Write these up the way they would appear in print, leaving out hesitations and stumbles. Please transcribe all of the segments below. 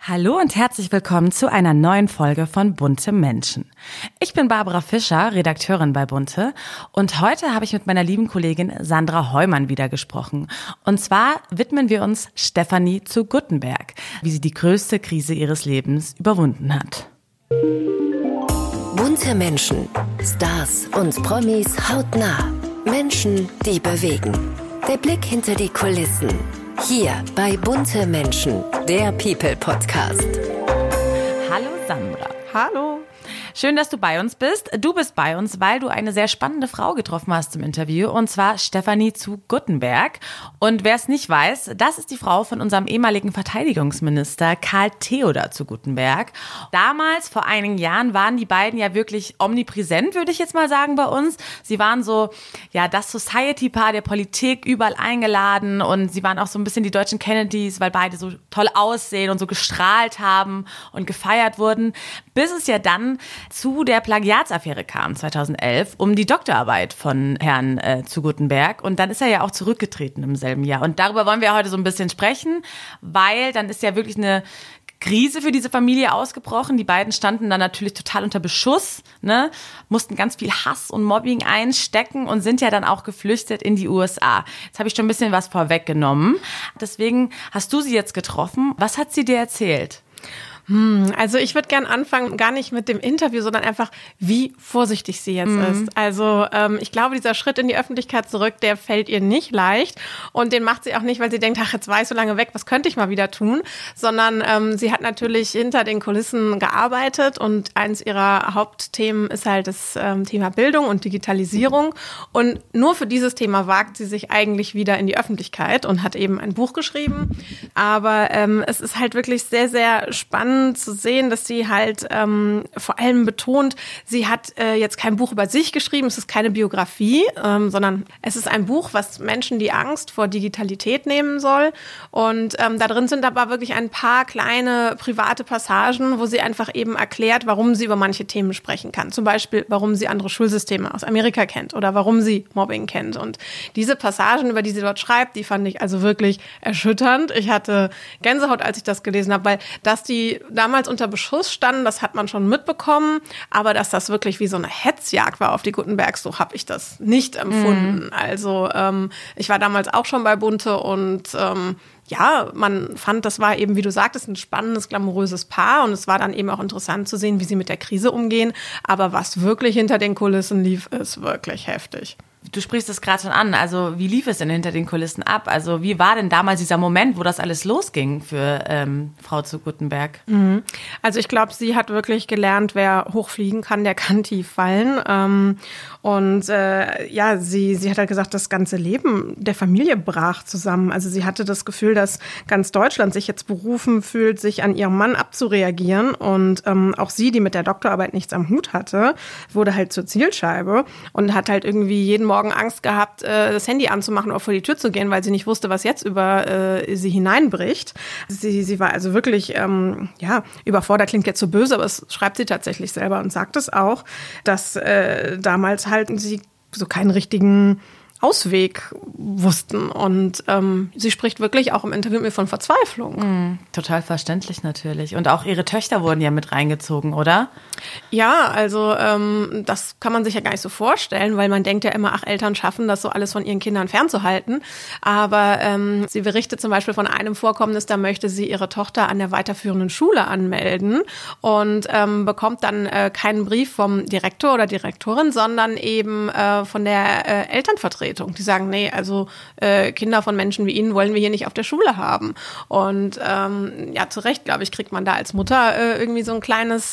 Hallo und herzlich willkommen zu einer neuen Folge von Bunte Menschen. Ich bin Barbara Fischer, Redakteurin bei Bunte, und heute habe ich mit meiner lieben Kollegin Sandra Heumann wieder gesprochen. Und zwar widmen wir uns Stefanie zu Guttenberg, wie sie die größte Krise ihres Lebens überwunden hat. Bunte Menschen, Stars und Promis hautnah. Menschen, die bewegen. Der Blick hinter die Kulissen. Hier bei Bunte Menschen, der People-Podcast. Hallo Sandra. Hallo. Schön, dass du bei uns bist. Du bist bei uns, weil du eine sehr spannende Frau getroffen hast im Interview, und zwar Stefanie zu Guttenberg. Und wer es nicht weiß, das ist die Frau von unserem ehemaligen Verteidigungsminister Karl Theodor zu Guttenberg. Damals, vor einigen Jahren, waren die beiden ja wirklich omnipräsent, würde ich jetzt mal sagen, bei uns. Sie waren so, ja, das Society-Paar der Politik, überall eingeladen, und sie waren auch so ein bisschen die deutschen Kennedys, weil beide so toll aussehen und so gestrahlt haben und gefeiert wurden, bis es ja dann zu der Plagiatsaffäre kam 2011 um die Doktorarbeit von Herrn zu Guttenberg, und dann ist er ja auch zurückgetreten im selben Jahr, und darüber wollen wir heute so ein bisschen sprechen, weil dann ist ja wirklich eine Krise für diese Familie ausgebrochen. Die beiden standen dann natürlich total unter Beschuss, ne? Mussten ganz viel Hass und Mobbing einstecken und sind ja dann auch geflüchtet in die USA. Jetzt habe ich schon ein bisschen was vorweggenommen. Deswegen hast du sie jetzt getroffen. Was hat sie dir erzählt? Also ich würde gern anfangen, gar nicht mit dem Interview, sondern einfach, wie vorsichtig sie jetzt ist. Also ich glaube, dieser Schritt in die Öffentlichkeit zurück, der fällt ihr nicht leicht, und den macht sie auch nicht, weil sie denkt, ach, jetzt war ich so lange weg, was könnte ich mal wieder tun, sondern sie hat natürlich hinter den Kulissen gearbeitet, und eins ihrer Hauptthemen ist halt das Thema Bildung und Digitalisierung, und nur für dieses Thema wagt sie sich eigentlich wieder in die Öffentlichkeit und hat eben ein Buch geschrieben, aber es ist halt wirklich sehr, sehr spannend zu sehen, dass sie halt vor allem betont, sie hat jetzt kein Buch über sich geschrieben, es ist keine Biografie, sondern es ist ein Buch, was Menschen die Angst vor Digitalität nehmen soll, und da drin sind aber wirklich ein paar kleine private Passagen, wo sie einfach eben erklärt, warum sie über manche Themen sprechen kann. Zum Beispiel, warum sie andere Schulsysteme aus Amerika kennt oder warum sie Mobbing kennt. Und diese Passagen, über die sie dort schreibt, die fand ich also wirklich erschütternd. Ich hatte Gänsehaut, als ich das gelesen habe, weil dass die damals unter Beschuss standen, das hat man schon mitbekommen, aber dass das wirklich wie so eine Hetzjagd war auf die Guttenbergs, so habe ich das nicht empfunden. Also ich war damals auch schon bei Bunte, und ja, man fand, das war eben, wie du sagtest, ein spannendes, glamouröses Paar, und es war dann eben auch interessant zu sehen, wie sie mit der Krise umgehen, aber was wirklich hinter den Kulissen lief, ist wirklich heftig. Du sprichst es gerade schon an, also wie lief es denn hinter den Kulissen ab? Also wie war denn damals dieser Moment, wo das alles losging für Frau zu Guttenberg? Also ich glaube, sie hat wirklich gelernt, wer hochfliegen kann, der kann tief fallen. Ja, sie hat halt gesagt, das ganze Leben der Familie brach zusammen. Also sie hatte das Gefühl, dass ganz Deutschland sich jetzt berufen fühlt, sich an ihrem Mann abzureagieren. Und auch sie, die mit der Doktorarbeit nichts am Hut hatte, wurde halt zur Zielscheibe und hat halt irgendwie jeden Morgen Angst gehabt, das Handy anzumachen oder vor die Tür zu gehen, weil sie nicht wusste, was jetzt über sie hineinbricht. Sie war also wirklich überfordert, klingt jetzt so böse, aber es schreibt sie tatsächlich selber und sagt es auch, dass damals halt sie so keinen richtigen Ausweg wussten. Und sie spricht wirklich auch im Interview mit mir von Verzweiflung. Total verständlich natürlich. Und auch ihre Töchter wurden ja mit reingezogen, oder? Ja, also das kann man sich ja gar nicht so vorstellen, weil man denkt ja immer, ach, Eltern schaffen das so alles von ihren Kindern fernzuhalten. Aber sie berichtet zum Beispiel von einem Vorkommnis, da möchte sie ihre Tochter an der weiterführenden Schule anmelden und bekommt dann keinen Brief vom Direktor oder Direktorin, sondern eben von der Elternvertretung. Die sagen, nee, also Kinder von Menschen wie Ihnen wollen wir hier nicht auf der Schule haben. Und zu Recht, glaube ich, kriegt man da als Mutter irgendwie so ein kleines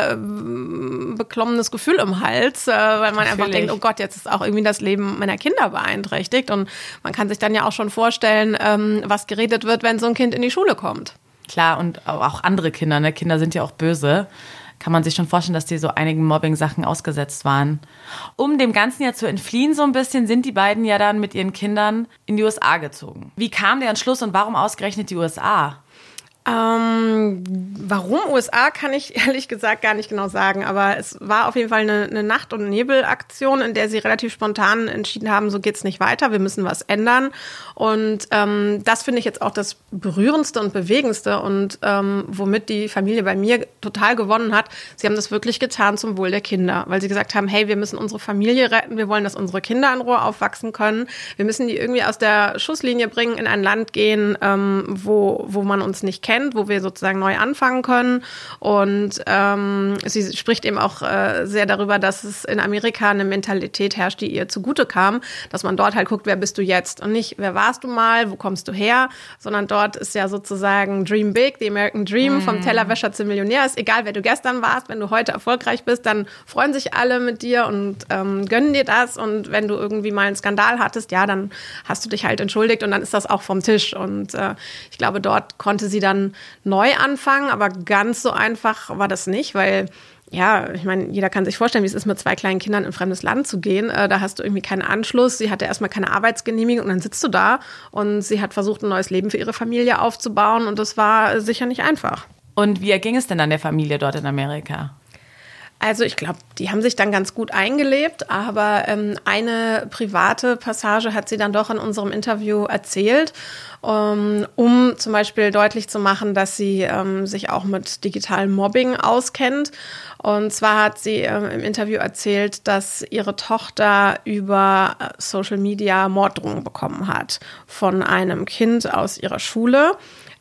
beklommenes Gefühl im Hals, weil man einfach denkt, oh Gott, jetzt ist auch irgendwie das Leben meiner Kinder beeinträchtigt. Und man kann sich dann ja auch schon vorstellen, was geredet wird, wenn so ein Kind in die Schule kommt. Klar, und auch andere Kinder, ne? Kinder sind ja auch böse. Kann man sich schon vorstellen, dass die so einigen Mobbing-Sachen ausgesetzt waren. Um dem Ganzen ja zu entfliehen so ein bisschen, sind die beiden ja dann mit ihren Kindern in die USA gezogen. Wie kam der Entschluss und warum ausgerechnet die USA? Warum USA, kann ich ehrlich gesagt gar nicht genau sagen, aber es war auf jeden Fall eine Nacht- und Nebelaktion, in der sie relativ spontan entschieden haben, so geht's nicht weiter, wir müssen was ändern. Und das finde ich jetzt auch das Berührendste und Bewegendste und womit die Familie bei mir total gewonnen hat. Sie haben das wirklich getan zum Wohl der Kinder, weil sie gesagt haben, hey, wir müssen unsere Familie retten, wir wollen, dass unsere Kinder in Ruhe aufwachsen können, wir müssen die irgendwie aus der Schusslinie bringen, in ein Land gehen, wo man uns nicht kennt, wo wir sozusagen neu anfangen können. Und sie spricht eben auch sehr darüber, dass es in Amerika eine Mentalität herrscht, die ihr zugute kam, dass man dort halt guckt, wer bist du jetzt und nicht, wer warst du mal, wo kommst du her, sondern dort ist ja sozusagen Dream Big, the American Dream, vom Tellerwäscher zum Millionär. Ist egal, wer du gestern warst, wenn du heute erfolgreich bist, dann freuen sich alle mit dir und gönnen dir das. Und wenn du irgendwie mal einen Skandal hattest, ja, dann hast du dich halt entschuldigt und dann ist das auch vom Tisch. Und ich glaube, dort konnte sie dann neu anfangen, aber ganz so einfach war das nicht, weil ja, ich meine, jeder kann sich vorstellen, wie es ist, mit 2 kleinen Kindern in ein fremdes Land zu gehen. Da hast du irgendwie keinen Anschluss. Sie hatte erstmal keine Arbeitsgenehmigung und dann sitzt du da und sie hat versucht, ein neues Leben für ihre Familie aufzubauen und das war sicher nicht einfach. Und wie erging es denn dann der Familie dort in Amerika? Also ich glaube, die haben sich dann ganz gut eingelebt, aber eine private Passage hat sie dann doch in unserem Interview erzählt, um zum Beispiel deutlich zu machen, dass sie sich auch mit digitalem Mobbing auskennt. Und zwar hat sie im Interview erzählt, dass ihre Tochter über Social Media Morddrohungen bekommen hat von einem Kind aus ihrer Schule.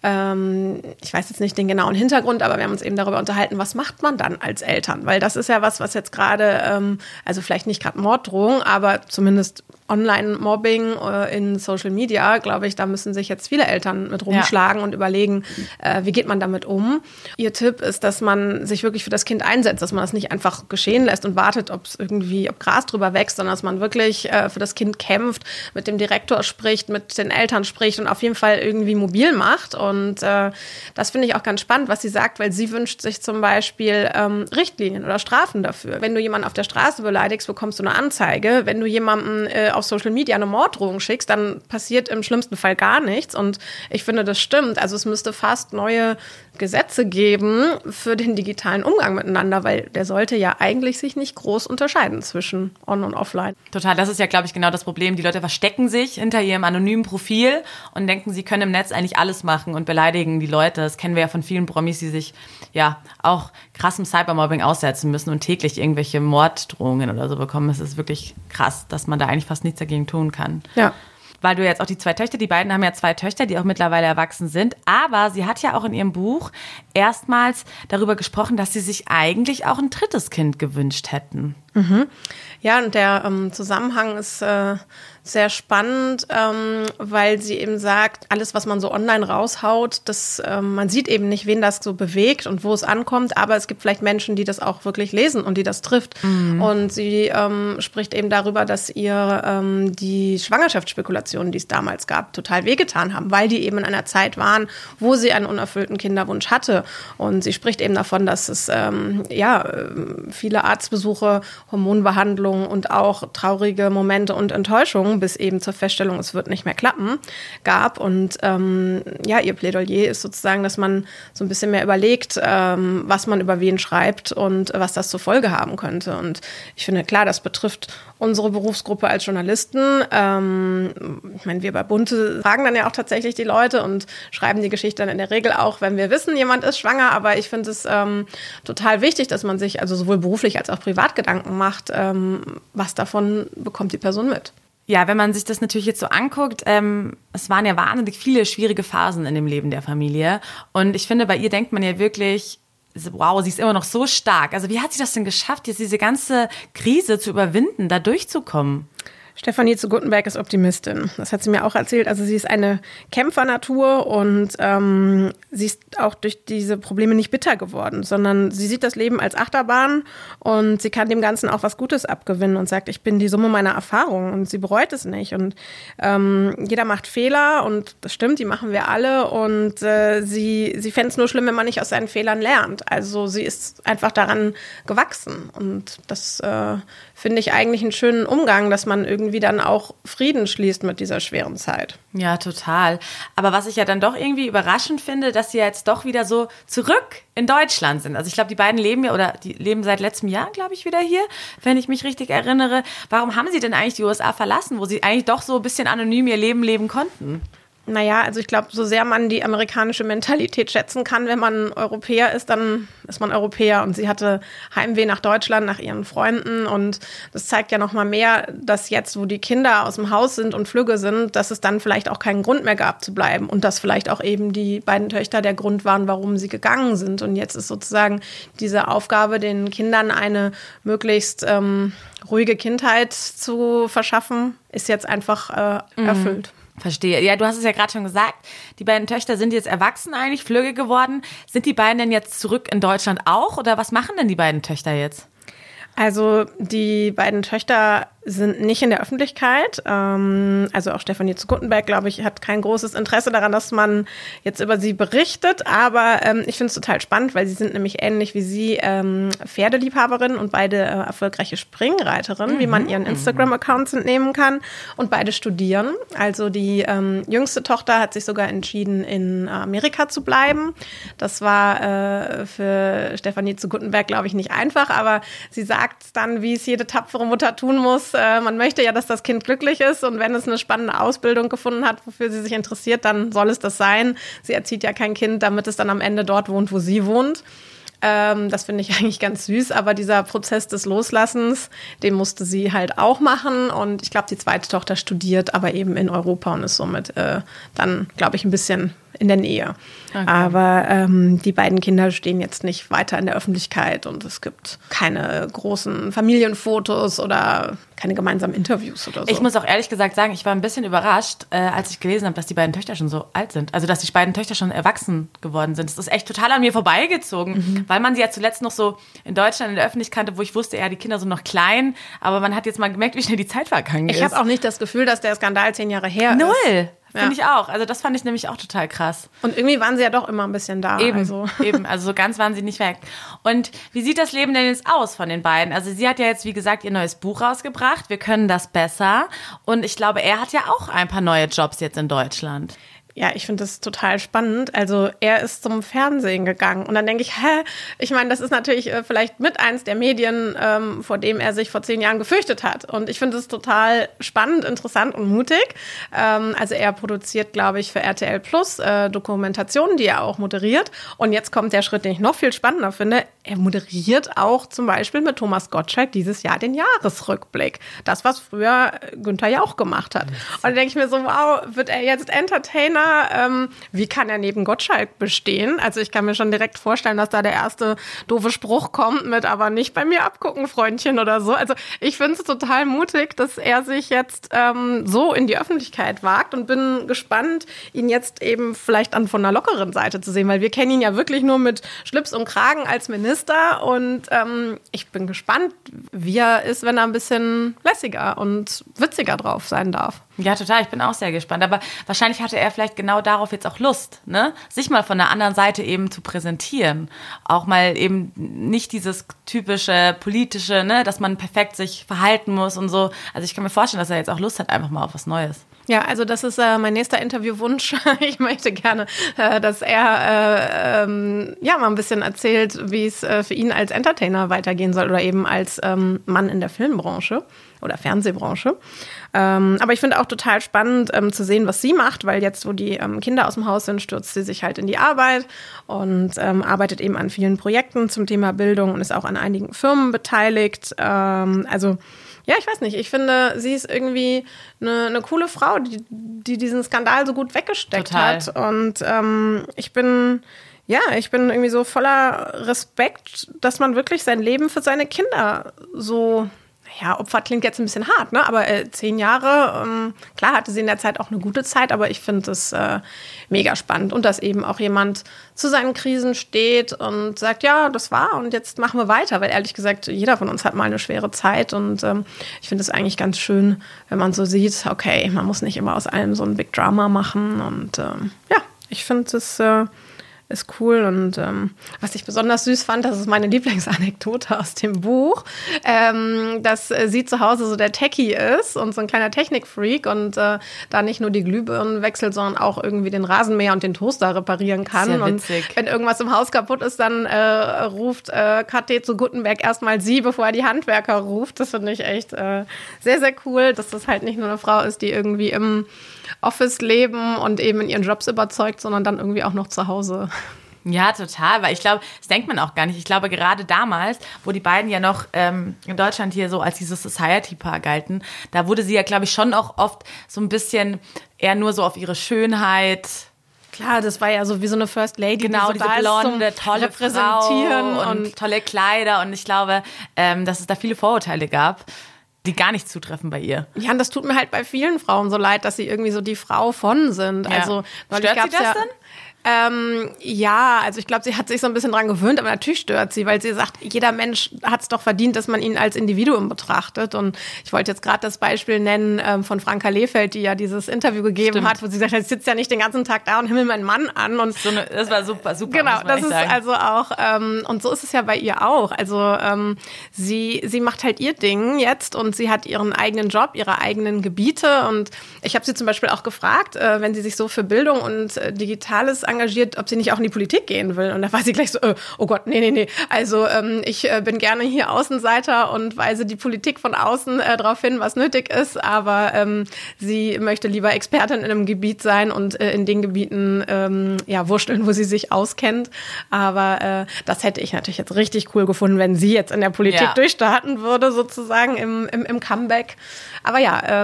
Ich weiß jetzt nicht den genauen Hintergrund, aber wir haben uns eben darüber unterhalten, was macht man dann als Eltern? Weil das ist ja was jetzt gerade, also vielleicht nicht gerade Morddrohung, aber zumindest Online-Mobbing in Social Media, glaube ich, da müssen sich jetzt viele Eltern mit rumschlagen und überlegen, wie geht man damit um. Ihr Tipp ist, dass man sich wirklich für das Kind einsetzt, dass man das nicht einfach geschehen lässt und wartet, ob Gras drüber wächst, sondern dass man wirklich für das Kind kämpft, mit dem Direktor spricht, mit den Eltern spricht und auf jeden Fall irgendwie mobil macht. Und das finde ich auch ganz spannend, was sie sagt, weil sie wünscht sich zum Beispiel Richtlinien oder Strafen dafür. Wenn du jemanden auf der Straße beleidigst, bekommst du eine Anzeige. Wenn du jemanden auf Social Media eine Morddrohung schickst, dann passiert im schlimmsten Fall gar nichts. Und ich finde, das stimmt. Also es müsste fast neue Gesetze geben für den digitalen Umgang miteinander, weil der sollte ja eigentlich sich nicht groß unterscheiden zwischen On- und Offline. Total, das ist ja, glaube ich, genau das Problem. Die Leute verstecken sich hinter ihrem anonymen Profil und denken, sie können im Netz eigentlich alles machen und beleidigen die Leute. Das kennen wir ja von vielen Promis, die sich ja auch krassem Cybermobbing aussetzen müssen und täglich irgendwelche Morddrohungen oder so bekommen. Es ist wirklich krass, dass man da eigentlich fast nichts dagegen tun kann. Ja. Weil du jetzt auch die 2 Töchter, die beiden haben ja 2 Töchter, die auch mittlerweile erwachsen sind. Aber sie hat ja auch in ihrem Buch erstmals darüber gesprochen, dass sie sich eigentlich auch ein 3. Kind gewünscht hätten. Mhm. Ja, und der Zusammenhang ist sehr spannend, weil sie eben sagt, alles, was man so online raushaut, man sieht eben nicht, wen das so bewegt und wo es ankommt, aber es gibt vielleicht Menschen, die das auch wirklich lesen und die das trifft. Mhm. Und sie spricht eben darüber, dass ihr die Schwangerschaftsspekulationen, die es damals gab, total wehgetan haben, weil die eben in einer Zeit waren, wo sie einen unerfüllten Kinderwunsch hatte. Und sie spricht eben davon, dass es viele Arztbesuche, Hormonbehandlungen und auch traurige Momente und Enttäuschungen bis eben zur Feststellung, es wird nicht mehr klappen, gab. Und ihr Plädoyer ist sozusagen, dass man so ein bisschen mehr überlegt, was man über wen schreibt und was das zur Folge haben könnte. Und ich finde, klar, das betrifft unsere Berufsgruppe als Journalisten. Ich meine, wir bei Bunte fragen dann ja auch tatsächlich die Leute und schreiben die Geschichte dann in der Regel auch, wenn wir wissen, jemand ist schwanger. Aber ich finde es total wichtig, dass man sich also sowohl beruflich als auch privat Gedanken macht, was davon bekommt die Person mit. Ja, wenn man sich das natürlich jetzt so anguckt, es waren ja wahnsinnig viele schwierige Phasen in dem Leben der Familie. Und ich finde, bei ihr denkt man ja wirklich, wow, sie ist immer noch so stark. Also wie hat sie das denn geschafft, jetzt diese ganze Krise zu überwinden, da durchzukommen? Stefanie zu Guttenberg ist Optimistin. Das hat sie mir auch erzählt. Also sie ist eine Kämpfernatur und sie ist auch durch diese Probleme nicht bitter geworden, sondern sie sieht das Leben als Achterbahn und sie kann dem Ganzen auch was Gutes abgewinnen und sagt, ich bin die Summe meiner Erfahrungen und sie bereut es nicht. Und jeder macht Fehler und das stimmt, die machen wir alle und sie fände es nur schlimm, wenn man nicht aus seinen Fehlern lernt. Also sie ist einfach daran gewachsen und das finde ich eigentlich einen schönen Umgang, dass man irgendwie irgendwie dann auch Frieden schließt mit dieser schweren Zeit. Ja, total. Aber was ich ja dann doch irgendwie überraschend finde, dass sie jetzt doch wieder so zurück in Deutschland sind. Also ich glaube, die beiden leben ja, oder die leben seit letztem Jahr, glaube ich, wieder hier, wenn ich mich richtig erinnere. Warum haben sie denn eigentlich die USA verlassen, wo sie eigentlich doch so ein bisschen anonym ihr Leben leben konnten? Naja, also ich glaube, so sehr man die amerikanische Mentalität schätzen kann, wenn man Europäer ist, dann ist man Europäer. Und sie hatte Heimweh nach Deutschland, nach ihren Freunden. Und das zeigt ja noch mal mehr, dass jetzt, wo die Kinder aus dem Haus sind und flügge sind, dass es dann vielleicht auch keinen Grund mehr gab zu bleiben. Und dass vielleicht auch eben die beiden Töchter der Grund waren, warum sie gegangen sind. Und jetzt ist sozusagen diese Aufgabe, den Kindern eine möglichst ruhige Kindheit zu verschaffen, ist jetzt einfach erfüllt. Verstehe. Ja, du hast es ja gerade schon gesagt, die beiden Töchter sind jetzt erwachsen eigentlich, flügge geworden. Sind die beiden denn jetzt zurück in Deutschland auch oder was machen denn die beiden Töchter jetzt? Also die beiden Töchter sind nicht in der Öffentlichkeit. Also auch Stefanie zu Guttenberg, glaube ich, hat kein großes Interesse daran, dass man jetzt über sie berichtet. Aber ich finde es total spannend, weil sie sind nämlich ähnlich wie sie Pferdeliebhaberinnen und beide erfolgreiche Springreiterinnen, wie man ihren Instagram-Accounts entnehmen kann. Und beide studieren. Also die jüngste Tochter hat sich sogar entschieden, in Amerika zu bleiben. Das war für Stefanie zu Guttenberg, glaube ich, nicht einfach. Aber sie sagt dann, wie es jede tapfere Mutter tun muss. Man möchte ja, dass das Kind glücklich ist und wenn es eine spannende Ausbildung gefunden hat, wofür sie sich interessiert, dann soll es das sein. Sie erzieht ja kein Kind, damit es dann am Ende dort wohnt, wo sie wohnt. Das finde ich eigentlich ganz süß, aber dieser Prozess des Loslassens, den musste sie halt auch machen und ich glaube, die zweite Tochter studiert aber eben in Europa und ist somit dann, glaube ich, ein bisschen in der Nähe. Okay. Aber die beiden Kinder stehen jetzt nicht weiter in der Öffentlichkeit und es gibt keine großen Familienfotos oder keine gemeinsamen Interviews oder so. Ich muss auch ehrlich gesagt sagen, ich war ein bisschen überrascht, als ich gelesen habe, dass die beiden Töchter schon so alt sind. Also, dass die beiden Töchter schon erwachsen geworden sind. Das ist echt total an mir vorbeigezogen, weil man sie ja zuletzt noch so in Deutschland in der Öffentlichkeit kannte, wo ich wusste, ja, die Kinder sind noch klein, aber man hat jetzt mal gemerkt, wie schnell die Zeit vergangen ist. Ich habe auch nicht das Gefühl, dass der Skandal 10 Jahre her ist. Null! Finde ich auch. Also das fand ich nämlich auch total krass. Und irgendwie waren sie ja doch immer ein bisschen da. Eben, also so ganz waren sie nicht weg. Und wie sieht das Leben denn jetzt aus von den beiden? Also sie hat ja jetzt, wie gesagt, ihr neues Buch rausgebracht. Wir können das besser. Und ich glaube, er hat ja auch ein paar neue Jobs jetzt in Deutschland. Ja, ich finde das total spannend. Also er ist zum Fernsehen gegangen und dann denke ich, ich meine, das ist natürlich vielleicht mit eins der Medien, vor dem er sich vor 10 Jahren gefürchtet hat. Und ich finde es total spannend, interessant und mutig. Also er produziert, glaube ich, für RTL Plus Dokumentationen, die er auch moderiert. Und jetzt kommt der Schritt, den ich noch viel spannender finde. Er moderiert auch zum Beispiel mit Thomas Gottschalk dieses Jahr den Jahresrückblick. Das, was früher Günther Jauch gemacht hat. Und dann denke ich mir so, wow, wird er jetzt Entertainer? Wie kann er neben Gottschalk bestehen? Also ich kann mir schon direkt vorstellen, dass da der erste doofe Spruch kommt mit aber nicht bei mir abgucken, Freundchen oder so. Also ich finde es total mutig, dass er sich jetzt so in die Öffentlichkeit wagt und bin gespannt, ihn jetzt eben vielleicht von einer lockeren Seite zu sehen, weil wir kennen ihn ja wirklich nur mit Schlips und Kragen als Minister und ich bin gespannt, wie er ist, wenn er ein bisschen lässiger und witziger drauf sein darf. Ja, total. Ich bin auch sehr gespannt. Aber wahrscheinlich hatte er vielleicht genau darauf jetzt auch Lust, ne? Sich mal von der anderen Seite eben zu präsentieren. Auch mal eben nicht dieses typische politische, ne? Dass man perfekt sich verhalten muss und so. Also ich kann mir vorstellen, dass er jetzt auch Lust hat, einfach mal auf was Neues. Ja, also das ist mein nächster Interviewwunsch. Ich möchte gerne, dass er mal ein bisschen erzählt, wie es für ihn als Entertainer weitergehen soll oder eben als Mann in der Filmbranche oder Fernsehbranche. Aber ich finde auch total spannend zu sehen, was sie macht, weil jetzt, wo die Kinder aus dem Haus sind, stürzt sie sich halt in die Arbeit und arbeitet eben an vielen Projekten zum Thema Bildung und ist auch an einigen Firmen beteiligt. Ja, ich weiß nicht. Ich finde, sie ist irgendwie eine coole Frau, die diesen Skandal so gut weggesteckt hat. Und ich bin irgendwie so voller Respekt, dass man wirklich sein Leben für seine Kinder so, Opfer klingt jetzt ein bisschen hart, ne? Aber 10 Jahre, klar hatte sie in der Zeit auch eine gute Zeit, aber ich finde das mega spannend. Und dass eben auch jemand zu seinen Krisen steht und sagt, ja, das war und jetzt machen wir weiter. Weil ehrlich gesagt, jeder von uns hat mal eine schwere Zeit und ich finde es eigentlich ganz schön, wenn man so sieht, okay, man muss nicht immer aus allem so ein Big Drama machen. Und ich finde es ist cool. Und was ich besonders süß fand, das ist meine Lieblingsanekdote aus dem Buch, dass sie zu Hause so der Techie ist und so ein kleiner Technikfreak und da nicht nur die Glühbirnen wechselt, sondern auch irgendwie den Rasenmäher und den Toaster reparieren kann. Sehr und wenn irgendwas im Haus kaputt ist, dann ruft KT zu Guttenberg erstmal sie, bevor er die Handwerker ruft. Das finde ich echt sehr, sehr cool, dass das halt nicht nur eine Frau ist, die irgendwie im Office leben und eben in ihren Jobs überzeugt, sondern dann irgendwie auch noch zu Hause. Ja, total, weil ich glaube, das denkt man auch gar nicht. Ich glaube, gerade damals, wo die beiden ja noch in Deutschland hier so als dieses Society-Paar galten, da wurde sie ja, glaube ich, schon auch oft so ein bisschen eher nur so auf ihre Schönheit. Klar, das war ja so wie so eine First Lady, genau, die so diese blonde, tolle repräsentieren Frau und tolle Kleider. Und ich glaube, dass es da viele Vorurteile gab, die gar nicht zutreffen bei ihr. Ja, und das tut mir halt bei vielen Frauen so leid, dass sie irgendwie so die Frau von sind. Ja. Also, stört sie das denn? Ja, also ich glaube, sie hat sich so ein bisschen dran gewöhnt, aber natürlich stört sie, weil sie sagt, jeder Mensch hat es doch verdient, dass man ihn als Individuum betrachtet. Und ich wollte jetzt gerade das Beispiel nennen von Franka Lehfeldt, die ja dieses Interview gegeben hat, wo sie sagt, ich sitze ja nicht den ganzen Tag da und himmel meinen Mann an. Und das war super, super. Genau, das ist sagen. Also auch, und so ist es ja bei ihr auch. Also sie macht halt ihr Ding jetzt und sie hat ihren eigenen Job, ihre eigenen Gebiete. Und ich habe sie zum Beispiel auch gefragt, wenn sie sich so für Bildung und Digitales engagiert, ob sie nicht auch in die Politik gehen will. Und da war sie gleich so, oh Gott, nee. Also ich bin gerne hier Außenseiter und weise die Politik von außen darauf hin, was nötig ist. Aber sie möchte lieber Expertin in einem Gebiet sein und in den Gebieten wurschteln, wo sie sich auskennt. Aber das hätte ich natürlich jetzt richtig cool gefunden, wenn sie jetzt in der Politik durchstarten würde, sozusagen im Comeback. Aber ja,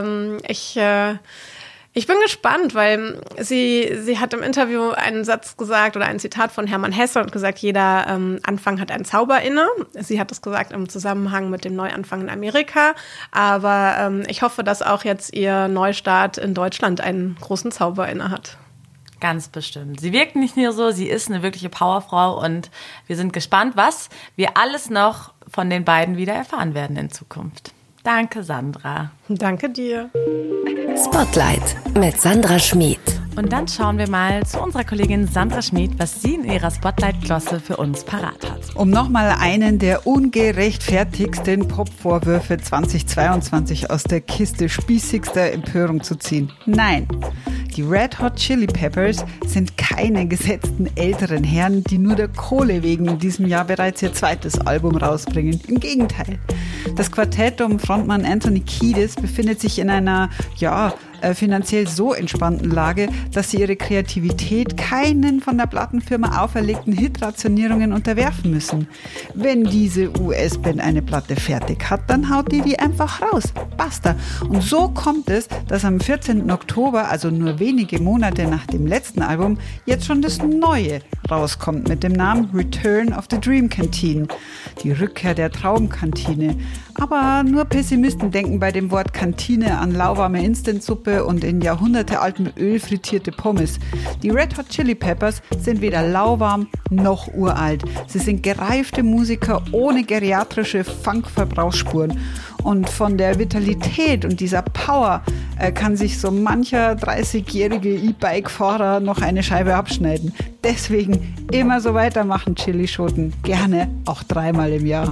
ich bin gespannt, weil sie hat im Interview einen Satz gesagt oder ein Zitat von Hermann Hesse und gesagt, jeder Anfang hat einen Zauber inne. Sie hat das gesagt im Zusammenhang mit dem Neuanfang in Amerika. Aber ich hoffe, dass auch jetzt ihr Neustart in Deutschland einen großen Zauber inne hat. Ganz bestimmt. Sie wirkt nicht nur so, sie ist eine wirkliche Powerfrau und wir sind gespannt, was wir alles noch von den beiden wieder erfahren werden in Zukunft. Danke, Sandra. Danke dir. Spotlight mit Sandra Schmid. Und dann schauen wir mal zu unserer Kollegin Sandra Schmid, was sie in ihrer Spotlight-Glosse für uns parat hat. Um nochmal einen der ungerechtfertigsten Pop-Vorwürfe 2022 aus der Kiste spießigster Empörung zu ziehen. Nein, die Red Hot Chili Peppers sind keine gesetzten älteren Herren, die nur der Kohle wegen in diesem Jahr bereits ihr zweites Album rausbringen. Im Gegenteil. Das Quartett um Frontmann Anthony Kiedis befindet sich in einer, finanziell so entspannten Lage, dass sie ihre Kreativität keinen von der Plattenfirma auferlegten Hitrationierungen unterwerfen müssen. Wenn diese US-Band eine Platte fertig hat, dann haut die einfach raus. Basta. Und so kommt es, dass am 14. Oktober, also nur wenige Monate nach dem letzten Album, jetzt schon das Neue rauskommt mit dem Namen Return of the Dream Canteen. Die Rückkehr der Traumkantine. Aber nur Pessimisten denken bei dem Wort Kantine an lauwarme Instantsuppe und in jahrhundertealtem Öl frittierte Pommes. Die Red Hot Chili Peppers sind weder lauwarm noch uralt. Sie sind gereifte Musiker ohne geriatrische Funk-Verbrauchsspuren. Und von der Vitalität und dieser Power kann sich so mancher 30-jährige E-Bike-Fahrer noch eine Scheibe abschneiden. Deswegen immer so weitermachen, Chilischoten. Gerne auch 3-mal im Jahr.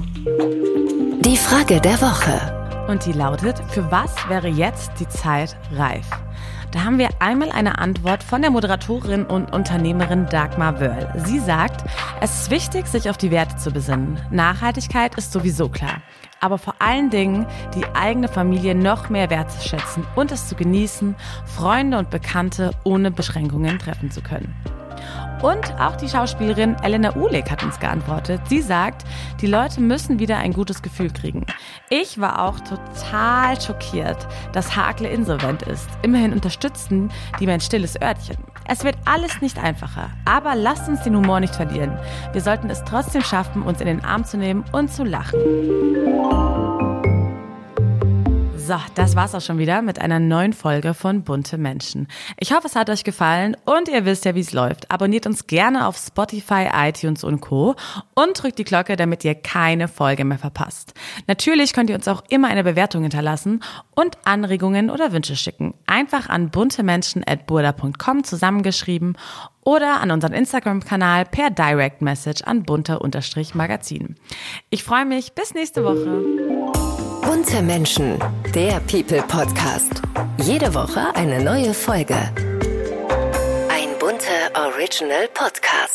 Die Frage der Woche. Und die lautet, für was wäre jetzt die Zeit reif? Da haben wir einmal eine Antwort von der Moderatorin und Unternehmerin Dagmar Wörl. Sie sagt, es ist wichtig, sich auf die Werte zu besinnen. Nachhaltigkeit ist sowieso klar. Aber vor allen Dingen die eigene Familie noch mehr wertzuschätzen und es zu genießen, Freunde und Bekannte ohne Beschränkungen treffen zu können. Und auch die Schauspielerin Elena Uhlig hat uns geantwortet. Sie sagt, die Leute müssen wieder ein gutes Gefühl kriegen. Ich war auch total schockiert, dass Hakle insolvent ist. Immerhin unterstützten die mein stilles Örtchen. Es wird alles nicht einfacher, aber lasst uns den Humor nicht verlieren. Wir sollten es trotzdem schaffen, uns in den Arm zu nehmen und zu lachen. So, das war's auch schon wieder mit einer neuen Folge von Bunte Menschen. Ich hoffe, es hat euch gefallen und ihr wisst ja, wie es läuft. Abonniert uns gerne auf Spotify, iTunes und Co. und drückt die Glocke, damit ihr keine Folge mehr verpasst. Natürlich könnt ihr uns auch immer eine Bewertung hinterlassen und Anregungen oder Wünsche schicken. Einfach an buntemenschen@burda.com zusammengeschrieben oder an unseren Instagram-Kanal per Direct Message an bunte_magazin. Ich freue mich. Bis nächste Woche. Bunte Menschen, der People-Podcast. Jede Woche eine neue Folge. Ein Bunte Original Podcast.